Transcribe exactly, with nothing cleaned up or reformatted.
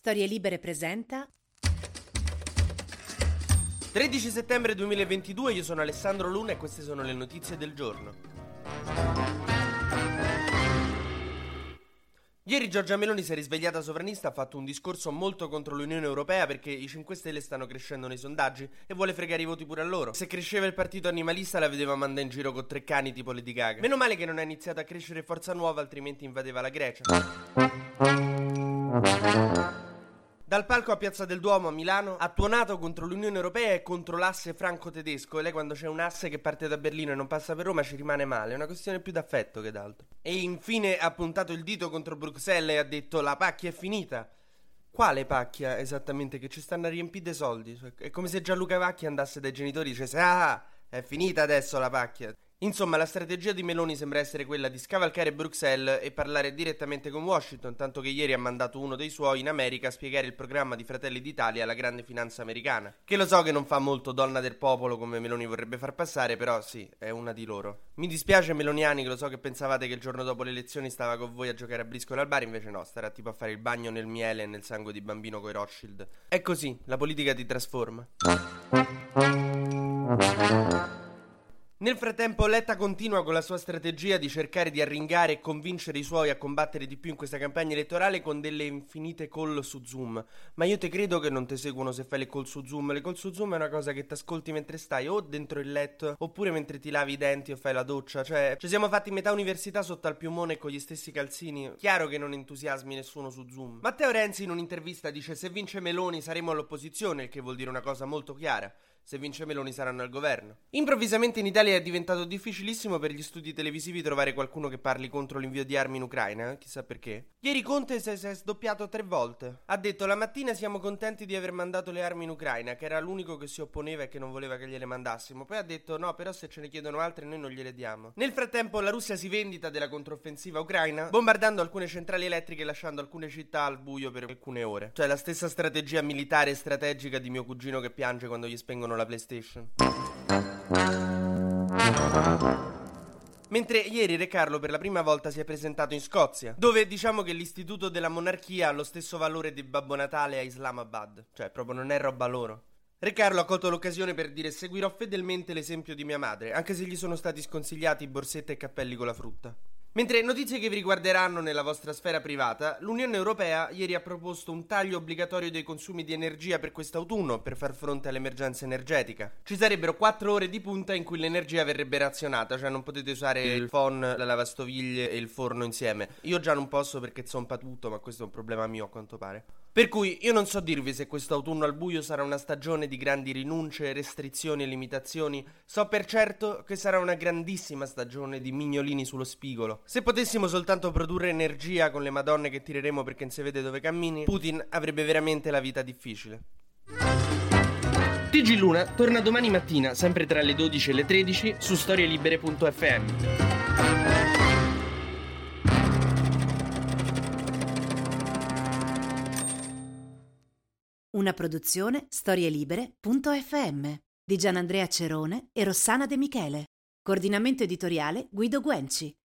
Storie Libere presenta tredici settembre duemilaventidue, io sono Alessandro Luna e queste sono le notizie del giorno. Ieri Giorgia Meloni si è risvegliata sovranista, ha fatto un discorso molto contro l'Unione Europea perché i cinque Stelle stanno crescendo nei sondaggi e vuole fregare i voti pure a loro. Se cresceva il partito animalista la vedeva mandare in giro con tre cani tipo Lady Gaga. Meno male che non ha iniziato a crescere Forza Nuova, altrimenti invadeva la Grecia. Dal palco a Piazza del Duomo a Milano ha tuonato contro l'Unione Europea e contro l'asse franco-tedesco. E lei, quando c'è un asse che parte da Berlino e non passa per Roma, ci rimane male. È una questione più d'affetto che d'altro. E infine ha puntato il dito contro Bruxelles e ha detto: la pacchia è finita. Quale pacchia esattamente? Che ci stanno a riempire dei soldi. È come se Gianluca Vacchi andasse dai genitori e dicesse: ah, è finita adesso la pacchia. Insomma, la strategia di Meloni sembra essere quella di scavalcare Bruxelles e parlare direttamente con Washington, tanto che ieri ha mandato uno dei suoi in America a spiegare il programma di Fratelli d'Italia alla grande finanza americana. Che lo so che non fa molto donna del popolo come Meloni vorrebbe far passare, però sì, è una di loro. Mi dispiace meloniani, che lo so che pensavate che il giorno dopo le elezioni stava con voi a giocare a briscola al bar, invece no, starà tipo a fare il bagno nel miele e nel sangue di bambino coi Rothschild. È così, la politica ti trasforma. Nel frattempo Letta continua con la sua strategia di cercare di arringare e convincere i suoi a combattere di più in questa campagna elettorale con delle infinite call su Zoom. Ma io te credo che non ti seguono se fai le call su Zoom. Le call su Zoom è una cosa che ti ascolti mentre stai o dentro il letto oppure mentre ti lavi i denti o fai la doccia. Cioè, ci siamo fatti metà università sotto al piumone con gli stessi calzini. Chiaro che non entusiasmi nessuno su Zoom. Matteo Renzi in un'intervista dice: se vince Meloni saremo all'opposizione, il che vuol dire una cosa molto chiara: se vince Meloni saranno al governo. Improvvisamente in Italia è diventato difficilissimo per gli studi televisivi trovare qualcuno che parli contro l'invio di armi in Ucraina, eh? Chissà perché. Ieri Conte si è, si è sdoppiato tre volte. Ha detto: la mattina siamo contenti di aver mandato le armi in Ucraina, che era l'unico che si opponeva e che non voleva che gliele mandassimo. Poi ha detto: no, però se ce ne chiedono altre noi non gliele diamo. Nel frattempo la Russia si vendita della controffensiva ucraina, bombardando alcune centrali elettriche e lasciando alcune città al buio per alcune ore. Cioè la stessa strategia militare e strategica di mio cugino che piange quando gli spengono la PlayStation. Mentre ieri Re Carlo per la prima volta si è presentato in Scozia, dove diciamo che l'istituto della monarchia ha lo stesso valore di Babbo Natale a Islamabad. Cioè proprio non è roba loro. Re Carlo ha colto l'occasione per dire: seguirò fedelmente l'esempio di mia madre, anche se gli sono stati sconsigliati borsette e cappelli con la frutta. Mentre notizie che vi riguarderanno nella vostra sfera privata, l'Unione Europea ieri ha proposto un taglio obbligatorio dei consumi di energia per quest'autunno per far fronte all'emergenza energetica. Ci sarebbero quattro ore di punta in cui l'energia verrebbe razionata, cioè non potete usare il phon, la lavastoviglie e il forno insieme. Io già non posso perché zompa tutto, ma questo è un problema mio a quanto pare. Per cui io non so dirvi se quest'autunno al buio sarà una stagione di grandi rinunce, restrizioni e limitazioni. So per certo che sarà una grandissima stagione di mignolini sullo spigolo. Se potessimo soltanto produrre energia con le madonne che tireremo perché non si vede dove cammini, Putin avrebbe veramente la vita difficile. T G Luna torna domani mattina, sempre tra le dodici e le tredici, su storielibere punto effe emme. una produzione storielibere punto effe emme di Gianandrea Cerone e Rossana De Michele. Coordinamento editoriale Guido Guenci.